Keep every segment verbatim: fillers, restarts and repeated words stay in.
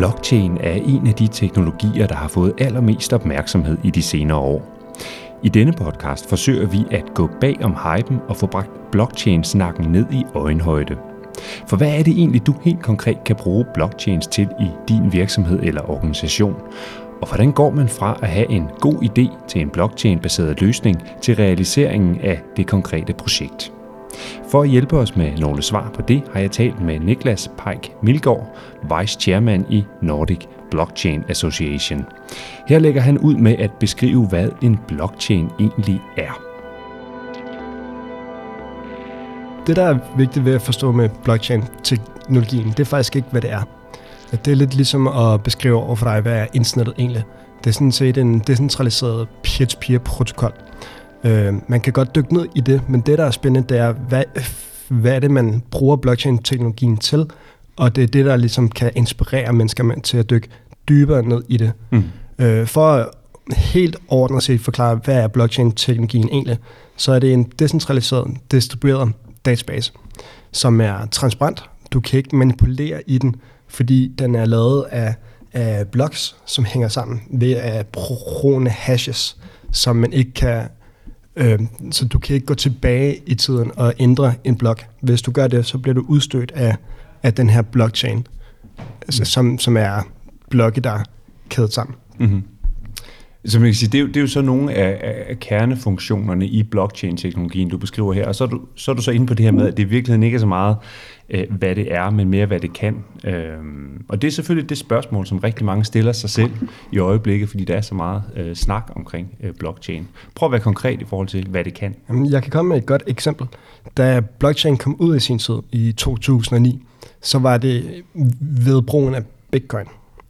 Blockchain er en af de teknologier, der har fået allermest opmærksomhed i de senere år. I denne podcast forsøger vi at gå bag om hypen og få bragt blockchain-snakken ned i øjenhøjde. For hvad er det egentlig, du helt konkret kan bruge blockchains til i din virksomhed eller organisation? Og hvordan går man fra at have en god idé til en blockchain-baseret løsning til realiseringen af det konkrete projekt? For at hjælpe os med nogle svar på det, har jeg talt med Niklas Peik Milgaard, Vice Chairman i Nordic Blockchain Association. Her lægger han ud med at beskrive, hvad en blockchain egentlig er. Det, der er vigtigt ved at forstå med blockchain-teknologien, det er faktisk ikke, hvad det er. Det er lidt ligesom at beskrive over for dig, hvad er internettet egentlig. Det er sådan set en decentraliseret peer-to-peer-protokol. Uh, man kan godt dykke ned i det, men det, der er spændende, det er, hvad, hvad er det, man bruger blockchain-teknologien til, og det er det, der ligesom kan inspirere mennesker til at dykke dybere ned i det. Mm. Uh, for at helt ordentligt set forklare, hvad er blockchain-teknologien egentlig, så er det en decentraliseret, distribueret database, som er transparent. Du kan ikke manipulere i den, fordi den er lavet af, af blocks, som hænger sammen ved at bruge hashes, som man ikke kan. Øh, så du kan ikke gå tilbage i tiden og ændre en blok. Hvis du gør det, så bliver du udstødt af, af den her blockchain, mm. altså, som, som er blokke, der er kædet sammen. Mm-hmm. Så man kan sige, det, er jo, det er jo så nogle af, af kernefunktionerne i blockchain-teknologien, du beskriver her, og så er, du, så er du så inde på det her med, at det i virkeligheden ikke er så meget, øh, hvad det er, men mere, hvad det kan. Øhm, og det er selvfølgelig det spørgsmål, som rigtig mange stiller sig selv i øjeblikket, fordi der er så meget øh, snak omkring øh, blockchain. Prøv at være konkret i forhold til, hvad det kan. Jeg kan komme med et godt eksempel. Da blockchain kom ud i sin tid i to tusind og ni, så var det ved brugen af Bitcoin.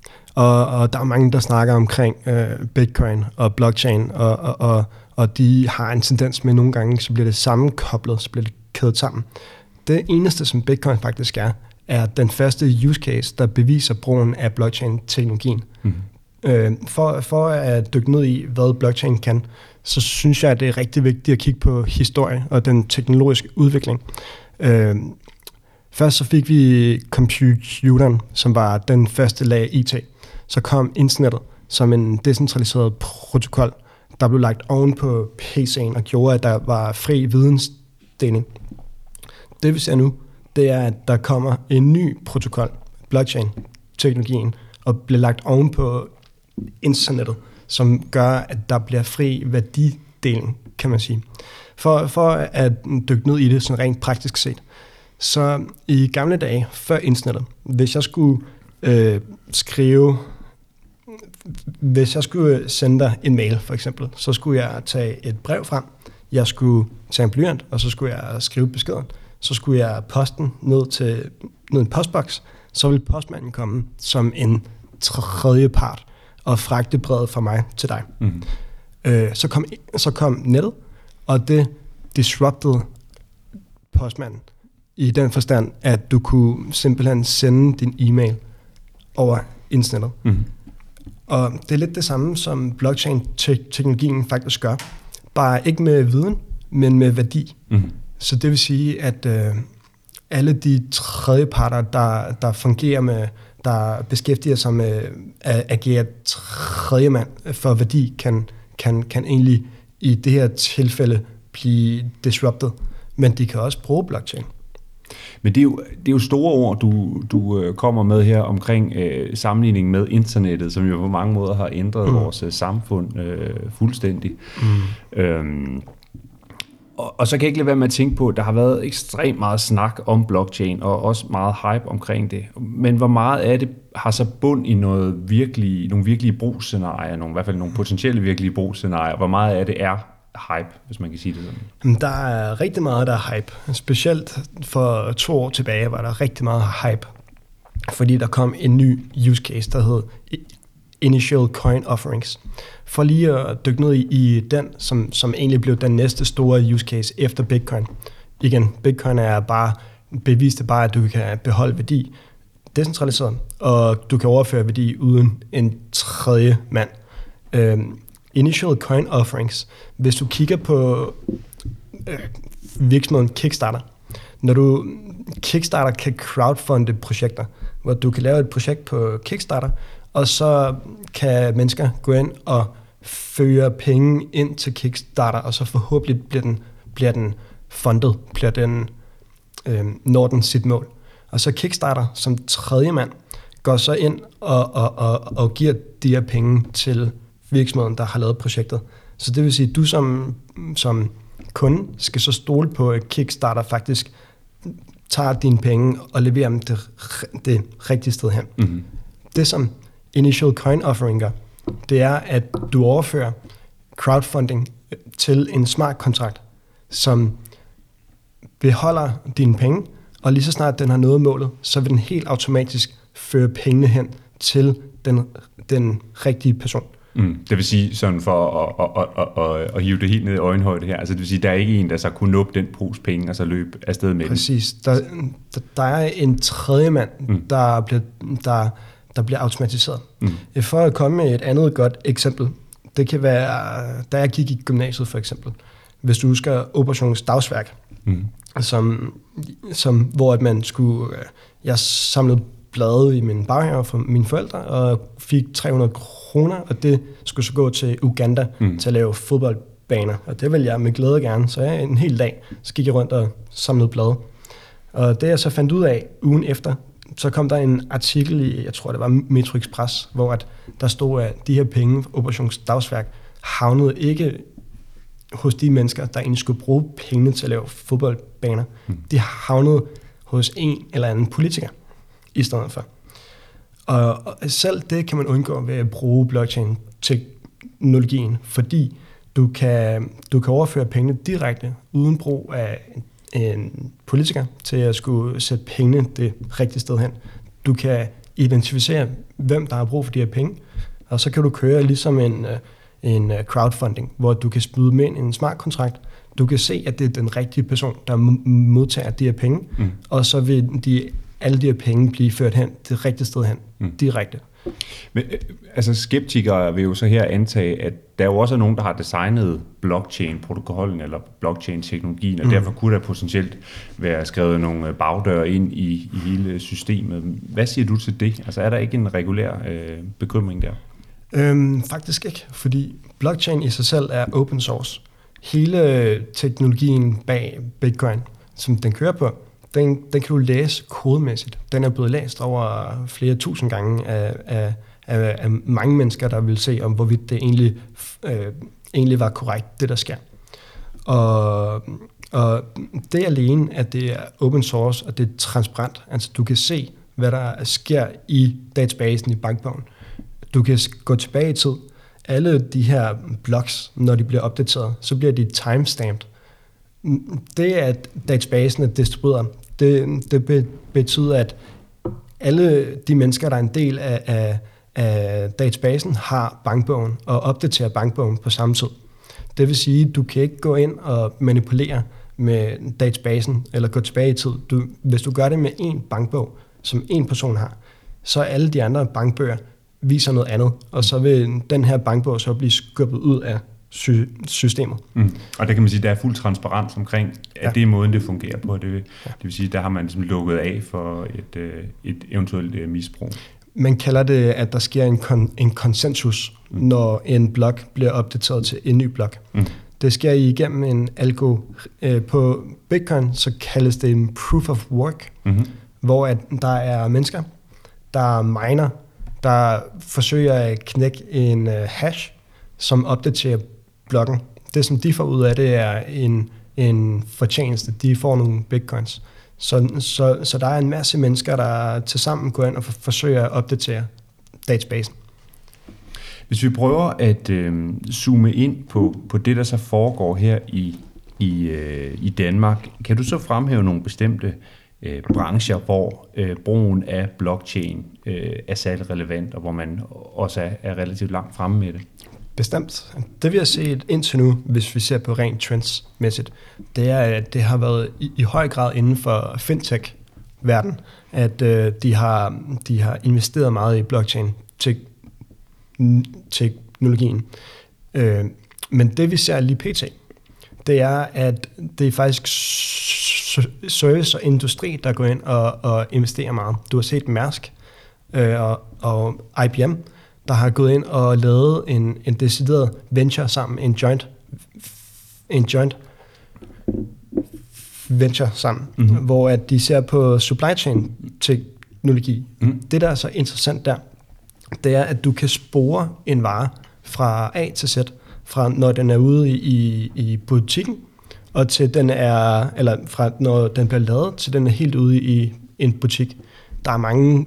Og, og der er mange, der snakker omkring øh, Bitcoin og blockchain, og, og, og, og de har en tendens med nogle gange, så bliver det sammenkoblet, så bliver det kædet sammen. Det eneste, som Bitcoin faktisk er, er den første use case, der beviser brugen af blockchain-teknologien. Mm-hmm. Øh, for, for at dykke ned i, hvad blockchain kan, så synes jeg, at det er rigtig vigtigt at kigge på historie og den teknologiske udvikling. Øh, først så fik vi computeren, som var den første lag af I T. Så kom internettet som en decentraliseret protokol, der blev lagt oven på P C'en og gjorde, at der var fri vidensdeling. Det vi ser nu, det er, at der kommer en ny protokol, blockchain-teknologien, og bliver lagt oven på internettet, som gør, at der bliver fri værdideling, kan man sige. For, for at dykke ned i det sådan rent praktisk set, så i gamle dage, før internettet, hvis jeg skulle øh, skrive... Hvis jeg skulle sende dig en mail, for eksempel, så skulle jeg tage et brev frem, jeg skulle tage en blyant, og så skulle jeg skrive beskeden, så skulle jeg poste den ned til ned i en postboks, så ville postmanden komme som en tredje part og fragte brevet fra mig til dig. Mm. Øh, så, kom, så kom nettet, og det disrupted postmanden i den forstand, at du kunne simpelthen sende din e-mail over internettet. Mm. Og det er lidt det samme, som blockchain-teknologien faktisk gør. Bare ikke med viden, men med værdi. Mm. Så det vil sige, at øh, alle de tredjeparter, der, der fungerer med, der beskæftiger sig med at agere tredjemand for værdi, kan, kan, kan egentlig i det her tilfælde blive disrupted. Men de kan også bruge blockchain. Men det er, jo, det er jo store ord, du, du kommer med her omkring øh, sammenligning med internettet, som jo på mange måder har ændret mm. vores øh, samfund øh, fuldstændig. Mm. Øhm, og, og så kan jeg ikke lade være med at tænke på, at der har været ekstremt meget snak om blockchain, og også meget hype omkring det. Men hvor meget af det har så bund i noget virkelige, nogle virkelige brugsscenarier, nogle, i hvert fald nogle potentielle virkelige brugsscenarier? Hvor meget af det er hype, hvis man kan sige det sådan? Der er rigtig meget, der er hype. Specielt for to år tilbage var der rigtig meget hype, fordi der kom en ny use case, der hed Initial Coin Offerings. For lige at dykke ned i, i den, som, som egentlig blev den næste store use case efter Bitcoin. Igen, Bitcoin er bare bevist bare, at du kan beholde værdi decentraliseret, og du kan overføre værdi uden en tredje mand. Øhm, Initial Coin Offerings. Hvis du kigger på øh, virksomheden Kickstarter, når du Kickstarter kan crowdfunde projekter, hvor du kan lave et projekt på Kickstarter, og så kan mennesker gå ind og føre penge ind til Kickstarter, og så forhåbentlig bliver den, bliver den fundet, bliver den, øh, når den sit mål. Og så Kickstarter som tredje mand går så ind og, og, og, og giver de her penge til virksomheden, der har lavet projektet. Så det vil sige, at du som, som kunde skal så stole på, at Kickstarter faktisk tager dine penge og leverer dem det, det rigtige sted hen. Mm-hmm. Det som Initial Coin Offering gør, det er, at du overfører crowdfunding til en smart kontrakt, som beholder dine penge, og lige så snart den har nået målet, så vil den helt automatisk føre pengene hen til den, den rigtige person. Mm. Det vil sige, sådan for at, at, at, at, at hive det helt ned i øjenhøjde her, altså det vil sige, der er ikke en, der så kunne nuppe den pose penge og så løbe afsted med Præcis. Den. Der, der, der er en tredje mand, mm. der, bliver, der, der bliver automatiseret. Mm. For at komme med et andet godt eksempel, det kan være, da jeg gik i gymnasiet for eksempel, hvis du husker Operations Dagsværk, mm. som, som, hvor at man skulle, jeg samlede blade i min baghave for mine forældre, og fik tre hundrede kroner, og det skulle så gå til Uganda mm. til at lave fodboldbaner, og det ville jeg med glæde gerne, så jeg en hel dag, så gik jeg rundt og samlede blade. Og det jeg så fandt ud af ugen efter, så kom der en artikel i, jeg tror det var Metro Express, hvor at der stod, at de her penge, Operations Dagsværk, havnede ikke hos de mennesker, der egentlig skulle bruge pengene til at lave fodboldbaner. Mm. De havnede hos en eller anden politiker i stedet for. Og, og selv det kan man undgå ved at bruge blockchain-teknologien, fordi du kan, du kan overføre pengene direkte uden brug af en politiker til at skulle sætte pengene det rigtige sted hen. Du kan identificere, hvem der har brug for de her penge, og så kan du køre ligesom en, en crowdfunding, hvor du kan spyde med en smart kontrakt. Du kan se, at det er den rigtige person, der modtager de her penge, mm. og så vil de alle de her penge blive ført hen det rigtige sted hen, mm. direkte. Men altså skeptikere vil jo så her antage, at der jo også er nogen, der har designet blockchain-protokollen eller blockchain-teknologien, og mm. derfor kunne der potentielt være skrevet nogle bagdøre ind i, i hele systemet. Hvad siger du til det? Altså er der ikke en regulær øh, bekymring der? Øhm, faktisk ikke, fordi blockchain i sig selv er open source. Hele teknologien bag Bitcoin, som den kører på, Den, den kan du læse kodemæssigt. Den er blevet læst over flere tusind gange af, af, af, af mange mennesker, der vil se, om hvorvidt det egentlig, øh, egentlig var korrekt, det der sker. Og, og det alene, at det er open source, og det er transparent. Altså du kan se, hvad der sker i databasen i bankbogen. Du kan gå tilbage i tid. Alle de her blocks, når de bliver opdateret, så bliver de timestamped. Det, at databasen er distribueret, det, det betyder, at alle de mennesker, der er en del af, af, af databasen, har bankbogen og opdaterer bankbogen på samme tid. Det vil sige, at du kan ikke gå ind og manipulere med databasen eller gå tilbage i tid. Du, hvis du gør det med én bankbog, som én person har, så er alle de andre bankbøger viser noget andet, og så vil den her bankbog så blive skubbet ud af sy- systemet. Mm. Og der kan man sige, at der er fuld transparens omkring, at ja. det er måden, det fungerer på. Det vil, ja. det vil sige, at der har man ligesom lukket af for et, et eventuelt misbrug. Man kalder det, at der sker en, kon- en konsensus, mm. når en blok bliver opdateret til en ny blok. Mm. Det sker igennem en algo. Øh, på Bitcoin så kaldes det en proof of work, mm-hmm. hvor at der er mennesker, der miner, der forsøger at knække en uh, hash, som opdaterer blokken. Det, som de får ud af det, er en, en fortjeneste. De får nogle bitcoins. Så, så, så der er en masse mennesker, der tilsammen går ind og forsøger at opdatere databasen. Hvis vi prøver at øh, zoome ind på, på det, der så foregår her i, i, øh, i Danmark, kan du så fremhæve nogle bestemte øh, brancher, hvor øh, brugen af blockchain øh, er særlig relevant, og hvor man også er, er relativt langt fremme med det? Bestemt. Det vi har set indtil nu, hvis vi ser på rent trendsmæssigt, det er, at det har været i, i høj grad inden for fintech-verden, at øh, de, har, de har investeret meget i blockchain-teknologien. Øh, men det vi ser lige pt., det er, at det er faktisk service og industri, der går ind og, og investerer meget. Du har set Mærsk øh, og, og I B M, der har gået ind og lavet en, en decideret venture sammen, en joint, en joint venture sammen, mm-hmm. hvor at de ser på supply chain teknologi. Mm. Det, der er så interessant der, det er, at du kan spore en vare fra A til Z, fra når den er ude i, i, i butikken, og til den er, eller fra når den bliver lavet, til den er helt ude i en butik. Der er mange,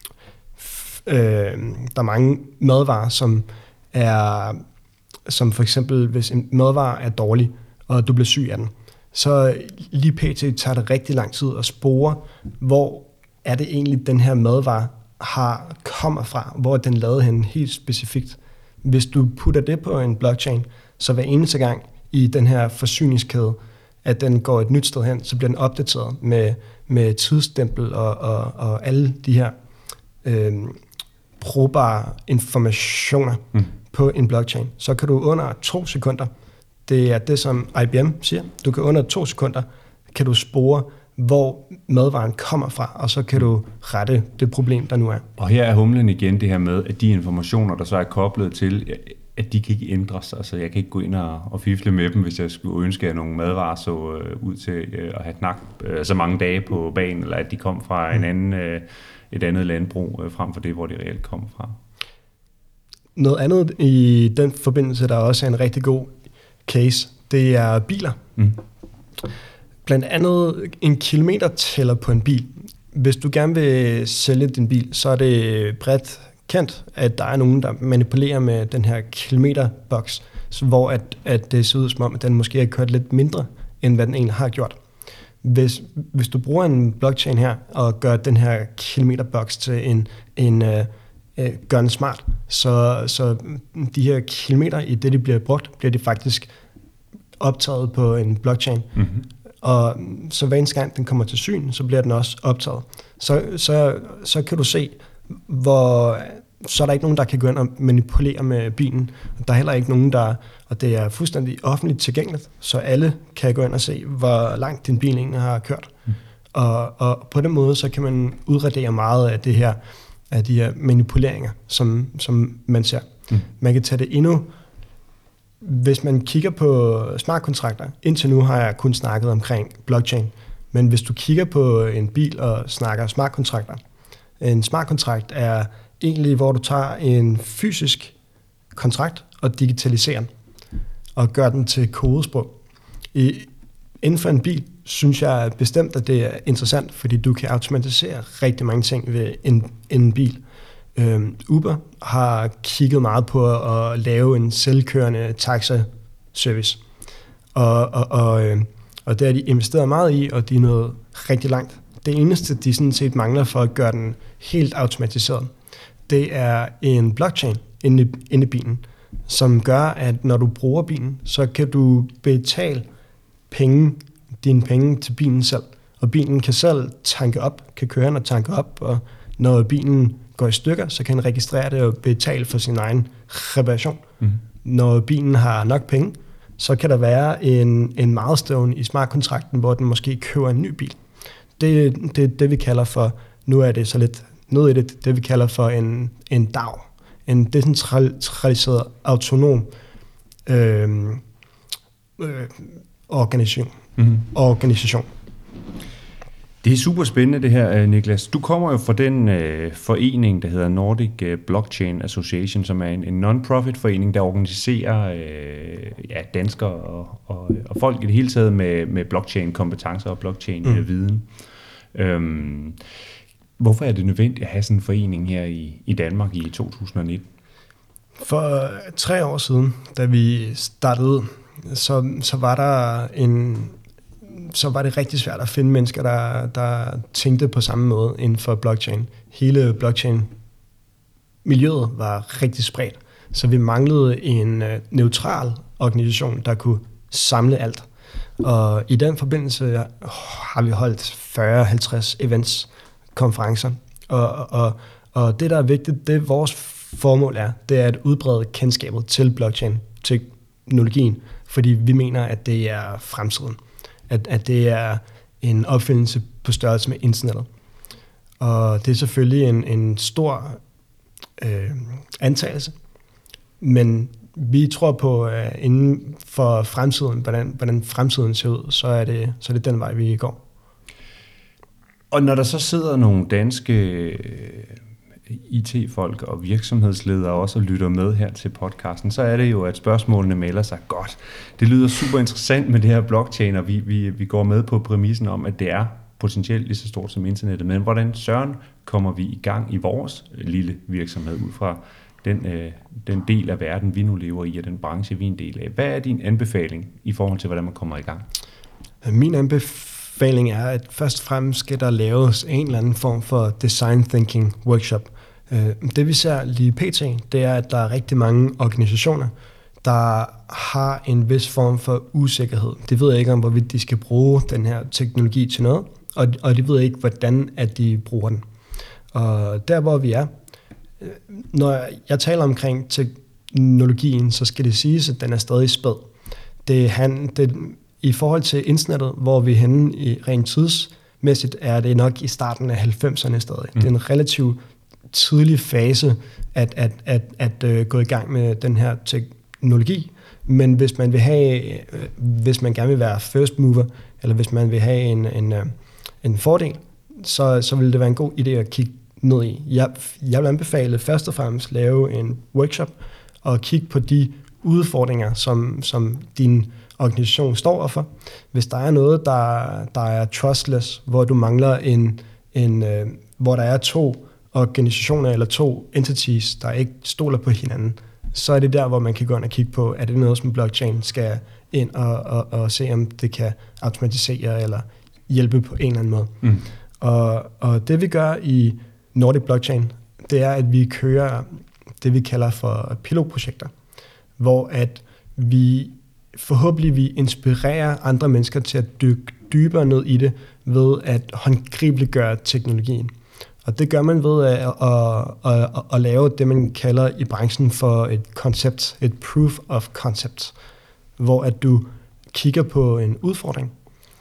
øh, der er mange madvarer, som er, som for eksempel, hvis en madvare er dårlig, og du bliver syg af den, så lige pt. Tager det rigtig lang tid at spore, hvor er det egentlig, den her madvare har kommer fra, hvor den lavet hen helt specifikt. Hvis du putter det på en blockchain, så hver eneste gang i den her forsyningskæde, at den går et nyt sted hen, så bliver den opdateret med, med tidsstempel og, og, og alle de her øh, brugbare informationer mm. på en blockchain. Så kan du under to sekunder, det er det, som I B M siger, du kan under to sekunder, kan du spore, hvor madvaren kommer fra, og så kan du rette det problem, der nu er. Og her er humlen igen det her med, at de informationer, der så er koblet til, at de kan ikke ændres. Altså jeg kan ikke gå ind og, og fifle med dem, hvis jeg skulle ønske, at nogle madvarer så øh, ud til øh, at have knak øh, så mange dage på banen, eller at de kom fra en anden, øh, et andet landbrug, øh, frem for det, hvor de reelt kom fra. Noget andet i den forbindelse, der også er en rigtig god case, det er biler. Mm. Blandt andet en kilometertæller på en bil. Hvis du gerne vil sælge din bil, så er det bredt kendt, at der er nogen, der manipulerer med den her kilometerboks, hvor at, at det ser ud som om, at den måske har kørt lidt mindre, end hvad den egentlig har gjort. Hvis, hvis du bruger en blockchain her, og gør den her kilometerboks til en, en uh, uh, gør den smart, så, så de her kilometer, i det de bliver brugt, bliver de faktisk optaget på en blockchain. Mm-hmm. Og så hver eneste gang den kommer til syn, så bliver den også optaget. Så, så, så kan du se, hvor så er der ikke nogen, der kan gå ind og manipulere med bilen. Der er heller ikke nogen, der, og det er fuldstændig offentligt tilgængeligt, så alle kan gå ind og se, hvor langt din bil egentlig har kørt. Mm. Og, og på den måde, så kan man udradere meget af det her, af de her manipuleringer, som, som man ser. Mm. Man kan tage det endnu. Hvis man kigger på smartkontrakter, indtil nu har jeg kun snakket omkring blockchain, men hvis du kigger på en bil og snakker smartkontrakter, en smartkontrakt er egentlig, hvor du tager en fysisk kontrakt og digitaliserer den, og gør den til kodesprog. I, inden for en bil, synes jeg bestemt, at det er interessant, fordi du kan automatisere rigtig mange ting ved en, en bil. Um, Uber har kigget meget på at lave en selvkørende taxa-service, og, og, og, og det har de investeret meget i, og de er nået rigtig langt. Det eneste, de sådan set mangler for at gøre den helt automatiseret, det er en blockchain inde i, inde i bilen, som gør, at når du bruger bilen, så kan du betale penge, dine penge til bilen selv, og bilen kan selv tanke op, kan køre hen og tanke op, og når bilen går i stykker, så kan den registrere det og betale for sin egen reparation. Mm. Når bilen har nok penge, så kan der være en, en milestone i smartkontrakten, hvor den måske køber en ny bil. Det er det, det, vi kalder for, nu er det så lidt noget i det, det vi kalder for en, en D A O, en decentraliseret autonom øh, øh, organisation. Mm. organisation. Det er super spændende det her, Niklas. Du kommer jo fra den øh, forening, der hedder Nordic Blockchain Association, som er en, en non-profit forening, der organiserer øh, ja, danskere og, og, og folk i det hele taget med, med blockchain-kompetencer og blockchain-viden. Mm. Øhm, hvorfor er det nødvendigt at have sådan en forening her i, i Danmark i to tusind nitten? For tre år siden, da vi startede, så, så var der en... så var det rigtig svært at finde mennesker, der, der tænkte på samme måde inden for blockchain. Hele blockchain-miljøet var rigtig spredt, så vi manglede en uh, neutral organisation, der kunne samle alt. Og i den forbindelse har vi holdt fyrre til halvtreds events, konferencer, og, og, og det, der er vigtigt, det vores formål er, det er at udbrede kendskabet til blockchain-teknologien, fordi vi mener, at det er fremtiden. At, at det er en opfindelse på størrelse med internettet. Og det er selvfølgelig en, en stor øh, antagelse, men vi tror på, at inden for fremtiden, hvordan, hvordan fremtiden ser ud, så er, det, så er det den vej, vi går. Og når der så sidder nogle danske I T-folk og virksomhedsledere også og lytter med her til podcasten, så er det jo, at spørgsmålene melder sig godt. Det lyder super interessant med det her blockchain, og vi, vi, vi går med på præmissen om, at det er potentielt lige så stort som internettet. Men hvordan søren kommer vi i gang i vores lille virksomhed ud fra den, øh, den del af verden, vi nu lever i, og den branche, vi er en del af? Hvad er din anbefaling i forhold til, hvordan man kommer i gang? Min anbefaling er, at først og fremmest skal der laves en eller anden form for design thinking workshop. Det vi ser lige pt, det er, at der er rigtig mange organisationer, der har en vis form for usikkerhed. De ved ikke om, hvorvidt de skal bruge den her teknologi til noget, og, og de ved ikke, hvordan at de bruger den. Og der, hvor vi er, når jeg taler omkring teknologien, så skal det siges, at den er stadig spæd. Det, han, det, I forhold til internettet, hvor vi er henne i rent tidsmæssigt, er det nok i starten af halvfemserne stadig. Mm. Det er en relativt tidlig fase at, at, at, at, at gå i gang med den her teknologi. Men hvis man vil have, hvis man gerne vil være first mover, eller hvis man vil have en, en, en fordel, så, så vil det være en god idé at kigge ned i. Jeg, jeg vil anbefale først og fremmest lave en workshop og kigge på de udfordringer, som, som din organisation står for. Hvis der er noget, der, der er trustless, hvor du mangler en, en øh, hvor der er to organisationer eller to entities, der ikke stoler på hinanden, så er det der, hvor man kan gå ind og kigge på, er det noget, som blockchain skal ind og, og, og se, om det kan automatisere eller hjælpe på en eller anden måde. Mm. Og, og det vi gør i Nordic Blockchain, det er, at vi kører det, vi kalder for pilotprojekter, hvor at vi forhåbentlig vi inspirerer andre mennesker til at dykke dybere ned i det, ved at håndgribeliggøre teknologien. Og det gør man ved at, at, at, at, at lave det, man kalder i branchen for et koncept, et proof of concept, hvor at du kigger på en udfordring,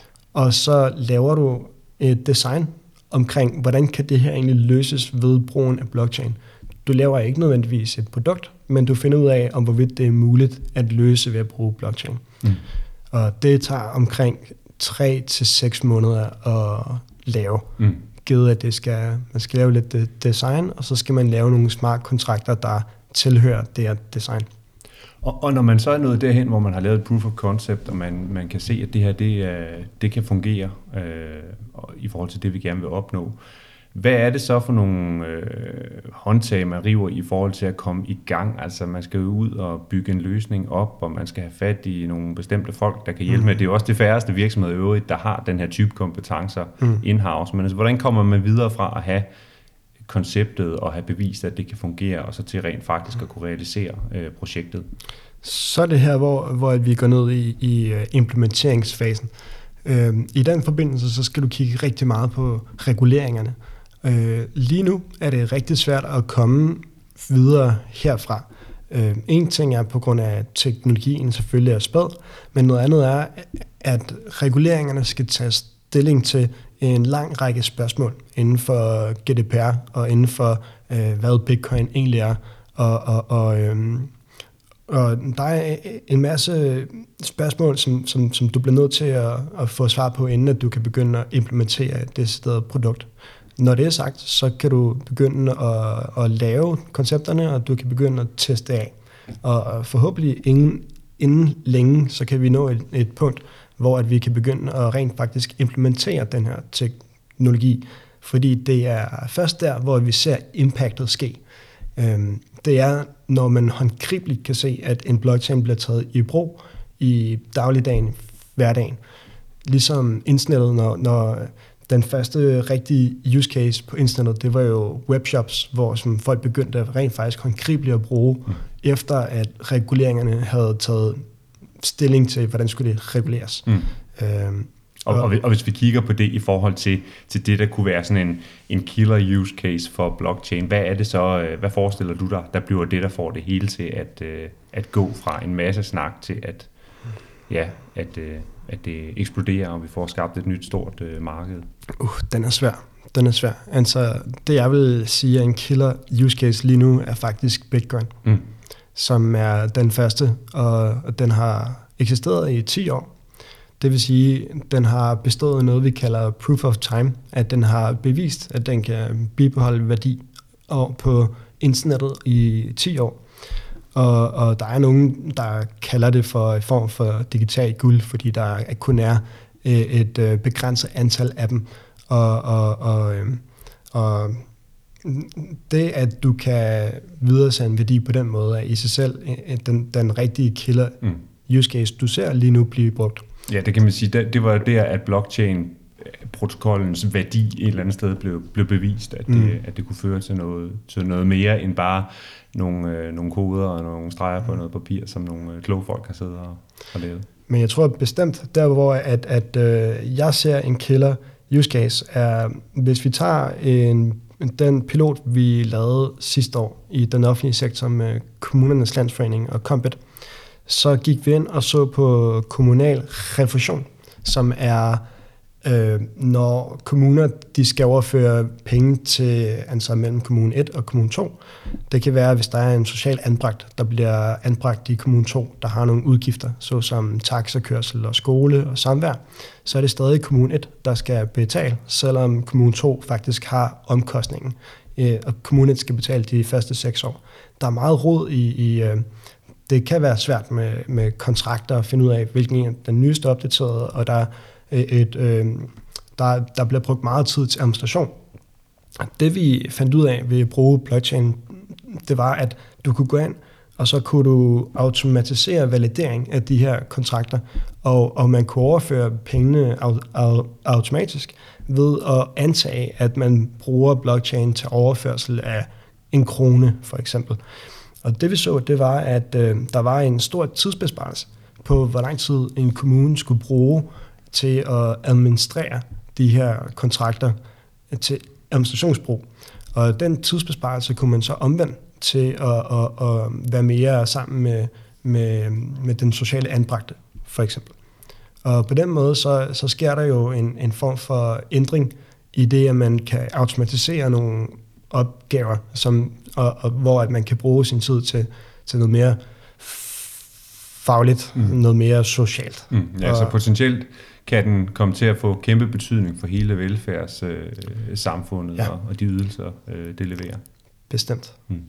og så laver du et design omkring, hvordan kan det her egentlig løses ved brugen af blockchain. Du laver ikke nødvendigvis et produkt, men du finder ud af, om hvorvidt det er muligt at løse ved at bruge blockchain. Mm. Og det tager omkring tre til seks måneder at lave. Mm. Givet at det skal, man skal lave lidt design, og så skal man lave nogle smart kontrakter, der tilhører det her design. Og, og når man så er nået derhen, hvor man har lavet et proof of concept, og man, man kan se, at det her det, det kan fungere øh, i forhold til det, vi gerne vil opnå, hvad er det så for nogle øh, håndtag, man river i forhold til at komme i gang? Altså man skal jo ud og bygge en løsning op, og man skal have fat i nogle bestemte folk, der kan hjælpe mm. med. Det er jo også det færreste virksomheder øvrigt, der har den her type kompetencer mm. in-house. Men altså, hvordan kommer man videre fra at have konceptet og have bevist, at det kan fungere, og så til rent faktisk at kunne realisere øh, projektet? Så er det her, hvor, hvor vi går ned i, i implementeringsfasen. Øh, I den forbindelse, så skal du kigge rigtig meget på reguleringerne. Øh, lige nu er det rigtig svært at komme videre herfra. Øh, en ting er på grund af, at teknologien selvfølgelig er spæd, men noget andet er, at reguleringerne skal tage stilling til en lang række spørgsmål inden for G D P R og inden for, øh, hvad Bitcoin egentlig er. Og, og, og, øh, og der er en masse spørgsmål, som, som, som du bliver nødt til at, at få svar på, inden at du kan begynde at implementere det stedet produkt. Når det er sagt, så kan du begynde at, at lave koncepterne, og du kan begynde at teste af. Og forhåbentlig inden, inden længe, så kan vi nå et, et punkt, hvor at vi kan begynde at rent faktisk implementere den her teknologi. Fordi det er først der, hvor vi ser impactet ske. Det er, når man håndgribeligt kan se, at en blockchain bliver taget i brug i dagligdagen, hverdagen. Ligesom internettet, når, når den første rigtige use case på internettet, det var jo webshops, hvor som folk begyndte at rent faktisk håndgribeligt at bruge, mm. efter at reguleringerne havde taget stilling til, hvordan skulle det reguleres. Mm. Øhm, og, og, og hvis vi kigger på det i forhold til, til det, der kunne være sådan en, en killer use case for blockchain, hvad er det så, hvad forestiller du dig, der bliver det, der får det hele til at, at gå fra en masse snak til at ja, at, øh, at det eksploderer, og vi får skabt et nyt stort øh, marked? Uh, den er svær. Den er svær. Altså, det jeg vil sige er en killer use case lige nu, er faktisk Bitcoin, mm. som er den første, og den har eksisteret i ti år. Det vil sige, den har bestået noget, vi kalder proof of time, at den har bevist, at den kan bibeholde værdi på internettet i ti år. Og, og der er nogen, der kalder det for en form for digital guld, fordi der kun er et begrænset antal af dem. Og, og, og, og det, at du kan videresende værdi på den måde, er i sig selv den, den rigtige killer mm. use case, du ser lige nu blive brugt. Ja, det kan man sige. Det, det var der, at blockchain-protokollens værdi et eller andet sted blev, blev bevist, at det, mm. at det kunne føre til noget, til noget mere end bare nogle, øh, nogle koder og nogle streger på noget papir, som nogle øh, kloge folk har siddet og, og lavet. Men jeg tror bestemt, der hvor at, at, øh, jeg ser en killer use case, er, hvis vi tager en, den pilot, vi lavede sidste år i den offentlige sektor med Kommunernes Landsforening og Kompet, så gik vi ind og så på kommunal refusion, som er, øh, når kommuner de skal overføre penge til altså mellem kommune et og kommune to. Det kan være, hvis der er en social anbragt, der bliver anbragt i kommune to, der har nogle udgifter, såsom taxakørsel og skole og samvær, så er det stadig kommune et, der skal betale, selvom kommune to faktisk har omkostningen, øh, og kommune et skal betale de første seks år. Der er meget rod i, i øh, det kan være svært med, med kontrakter at finde ud af, hvilken en den nyeste opdaterede, og der, et, øh, der, der bliver brugt meget tid til administration. Det vi fandt ud af ved at bruge blockchain, det var, at du kunne gå ind, og så kunne du automatisere validering af de her kontrakter, og, og man kunne overføre pengene automatisk ved at antage, at man bruger blockchain til overførsel af en krone, for eksempel. Og det vi så, det var, at øh, der var en stor tidsbesparelse på, hvor lang tid en kommune skulle bruge til at administrere de her kontrakter til administrationsbrug. Og den tidsbesparelse kunne man så omvende til at, at, at være mere sammen med, med, med den sociale anbragte, for eksempel. Og på den måde, så, så sker der jo en, en form for ændring i det, at man kan automatisere nogle opgaver, som, og, og hvor at man kan bruge sin tid til, til noget mere fagligt, mm. noget mere socialt. Mm. Ja, og, så potentielt kan den komme til at få kæmpe betydning for hele velfærdssamfundet øh, ja. og, og de ydelser, øh, det leverer. Bestemt. Mm.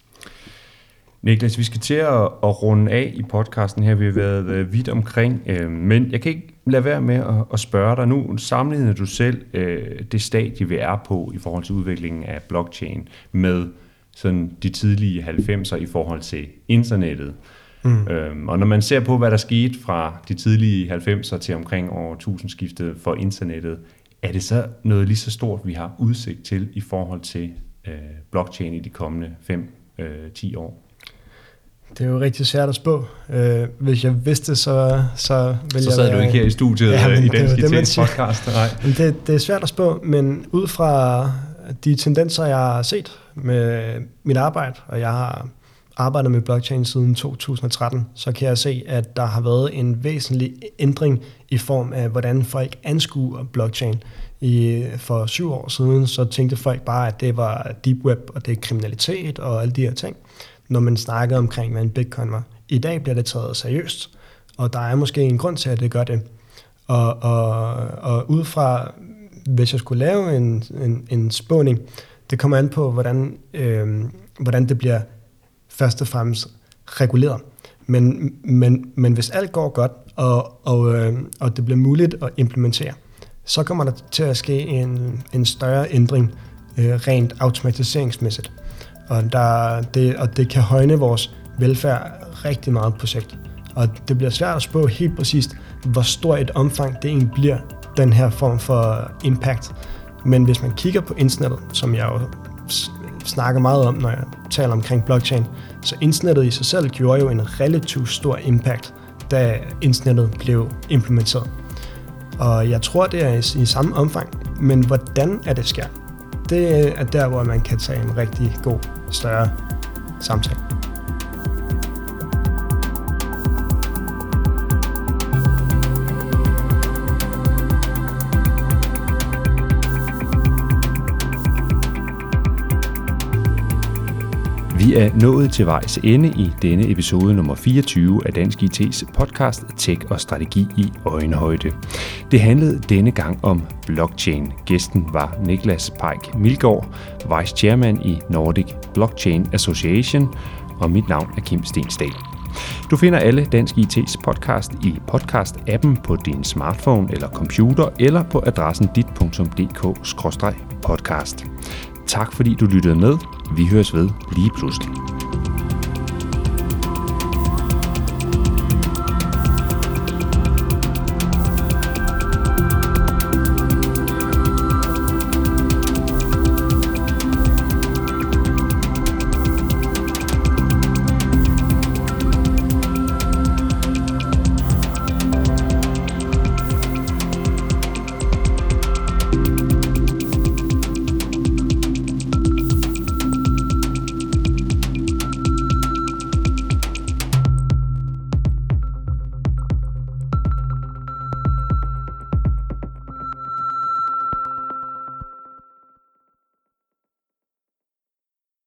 Niklas, vi skal til at, at runde af i podcasten her. Vi har været øh, vidt omkring, øh, men jeg kan ikke lade være med at, at spørge dig nu. Sammenligner du selv øh, det stadie, vi er på i forhold til udviklingen af blockchain med sådan de tidlige halvfemser i forhold til internettet? Mm. Øhm, og når man ser på, hvad der skete fra de tidlige halvfemser til omkring år tusindskiftet for internettet, er det så noget lige så stort, vi har udsigt til i forhold til øh, blockchain i de kommende fem til ti år? Det er jo rigtig svært at spå. Øh, hvis jeg vidste, så, så ville så jeg... Så sad du ikke her i studiet ja, i den skitens podcast. Nej. Det, det er svært at spå, men ud fra de tendenser, jeg har set med mit arbejde, og jeg har arbejdet med blockchain siden to tusind og tretten, så kan jeg se, at der har været en væsentlig ændring i form af, hvordan folk anskuer blockchain. I, for syv år siden, så tænkte folk bare, at det var deep web, og det er kriminalitet og alle de her ting, når man snakkede omkring, hvad en bitcoin var. I dag bliver det taget seriøst, og der er måske en grund til, at det gør det. Og, og, og ud fra, hvis jeg skulle lave en, en, en spåning, det kommer an på, hvordan, øh, hvordan det bliver først og fremmest reguleret. Men, men, men hvis alt går godt, og, og, øh, og det bliver muligt at implementere, så kommer der til at ske en, en større ændring øh, rent automatiseringsmæssigt. Og, der, det, og det kan højne vores velfærd rigtig meget på sigt. Og det bliver svært at spå helt præcist, hvor stort et omfang det egentlig bliver, den her form for impact. Men hvis man kigger på internettet, som jeg jo snakker meget om, når jeg taler omkring blockchain, så internettet i sig selv gjorde jo en relativt stor impact, da internettet blev implementeret. Og jeg tror, det er i, i samme omfang, men hvordan er det sker? Det er der, hvor man kan tage en rigtig god, større samtale. Vi er nået til vejs ende i denne episode nummer fireogtyve af Dansk I T's podcast Tech og Strategi i øjenhøjde. Det handlede denne gang om blockchain. Gæsten var Niklas Peik Milgaard, Vice Chairman i Nordic Blockchain Association, og mit navn er Kim Stensdal. Du finder alle Dansk I T's podcast i podcast-appen på din smartphone eller computer, eller på adressen dit punktum d k skråstreg podcast. Tak fordi du lyttede med. Vi høres ved lige pludselig.